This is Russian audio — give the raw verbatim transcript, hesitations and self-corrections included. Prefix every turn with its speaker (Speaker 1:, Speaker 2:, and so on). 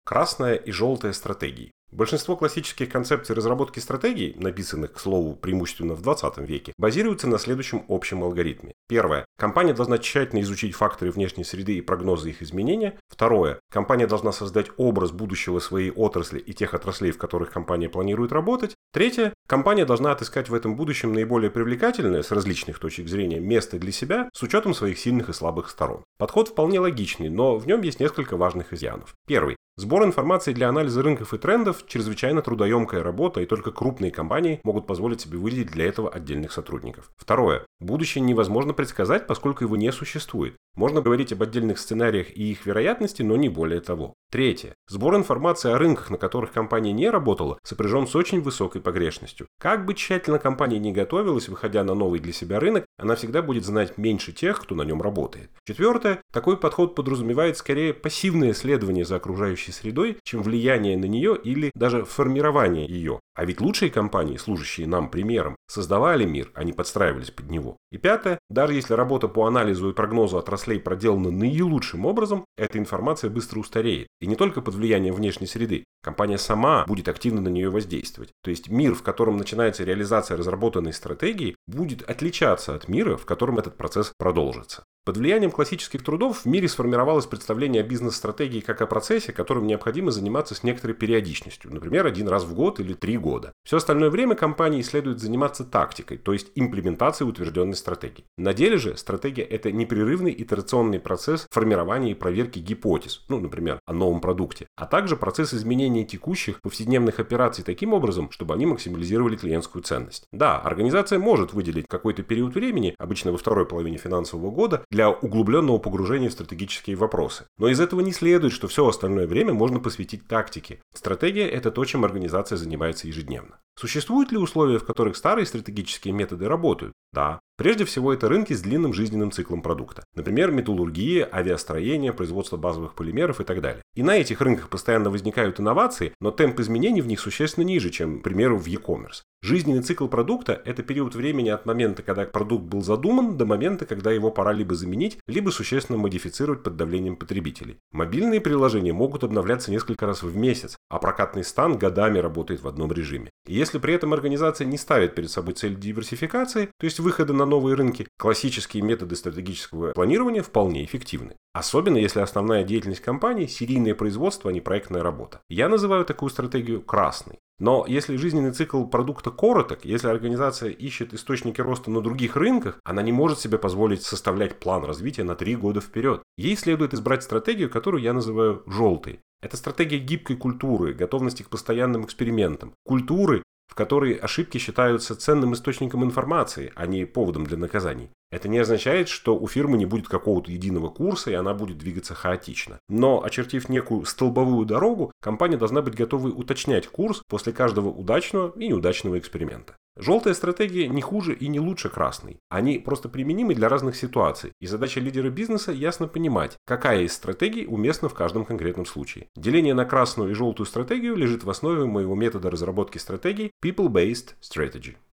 Speaker 1: Красная и желтая стратегии. Большинство классических концепций разработки стратегий, написанных, к слову, преимущественно в двадцатом веке, базируются на следующем общем алгоритме. Первое. Компания должна тщательно изучить факторы внешней среды и прогнозы их изменения. Второе. Компания должна создать образ будущего своей отрасли и тех отраслей, в которых компания планирует работать. Третье. Компания должна отыскать в этом будущем наиболее привлекательное, с различных точек зрения, место для себя с учетом своих сильных и слабых сторон. Подход вполне логичный, но в нем есть несколько важных изъянов. Первый. Сбор информации для анализа рынков и трендов – чрезвычайно трудоемкая работа, и только крупные компании могут позволить себе выделить для этого отдельных сотрудников. Второе. Будущее невозможно предсказать, поскольку его не существует. Можно говорить об отдельных сценариях и их вероятности, но не более того. Третье. Сбор информации о рынках, на которых компания не работала, сопряжен с очень высокой погрешностью. Как бы тщательно компания ни готовилась, выходя на новый для себя рынок, она всегда будет знать меньше тех, кто на нем работает. Четвертое. Такой подход подразумевает скорее пассивное следование за окружающей средой, чем влияние на нее или даже формирование ее. А ведь лучшие компании, служащие нам примером, создавали мир, а не подстраивались под него. И пятое. Даже если работа по анализу и прогнозу отраслей проделана наилучшим образом, эта информация быстро устареет. И не только под влиянием внешней среды. Компания сама будет активно на нее воздействовать. То есть мир, в котором начинается реализация разработанной стратегии, будет отличаться от мира, в котором этот процесс продолжится. Под влиянием классических трудов в мире сформировалось представление о бизнес-стратегии как о процессе, которым необходимо заниматься с некоторой периодичностью, например, один раз в год или три года. Все остальное время компании следует заниматься тактикой, то есть имплементацией утвержденной стратегии. На деле же стратегия – это непрерывный итерационный процесс формирования и проверки гипотез, ну, например, о новом продукте, а также процесс изменения текущих повседневных операций таким образом, чтобы они максимализировали клиентскую ценность. Да, организация может выделить какой-то период времени, обычно во второй половине финансового года, для углубленного погружения в стратегические вопросы. Но из этого не следует, что все остальное время можно посвятить тактике. Стратегия – это то, чем организация занимается ежедневно. Существуют ли условия, в которых старые стратегические методы работают? Да. Прежде всего, это рынки с длинным жизненным циклом продукта. Например, металлургия, авиастроение, производство базовых полимеров и так далее. И на этих рынках постоянно возникают инновации, но темп изменений в них существенно ниже, чем, к примеру, в e-commerce. Жизненный цикл продукта – это период времени от момента, когда продукт был задуман, до момента, когда его пора либо заменить, либо существенно модифицировать под давлением потребителей. Мобильные приложения могут обновляться несколько раз в месяц, а прокатный стан годами работает в одном режиме. И если при этом организация не ставит перед собой цель диверсификации, то есть выхода на новые рынки, классические методы стратегического планирования вполне эффективны. Особенно если основная деятельность компании – серийное производство, а не проектная работа. Я называю такую стратегию красной. Но если жизненный цикл продукта короток, если организация ищет источники роста на других рынках, она не может себе позволить составлять план развития на три года вперед. Ей следует избрать стратегию, которую я называю желтой. Это стратегия гибкой культуры, готовности к постоянным экспериментам. Культуры, в которой ошибки считаются ценным источником информации, а не поводом для наказаний. Это не означает, что у фирмы не будет какого-то единого курса и она будет двигаться хаотично. Но, очертив некую столбовую дорогу, компания должна быть готовой уточнять курс после каждого удачного и неудачного эксперимента. Желтая стратегия не хуже и не лучше красной. Они просто применимы для разных ситуаций. И задача лидера бизнеса ясно понимать, какая из стратегий уместна в каждом конкретном случае. Деление на красную и желтую стратегию лежит в основе моего метода разработки стратегий People-Based Strategy.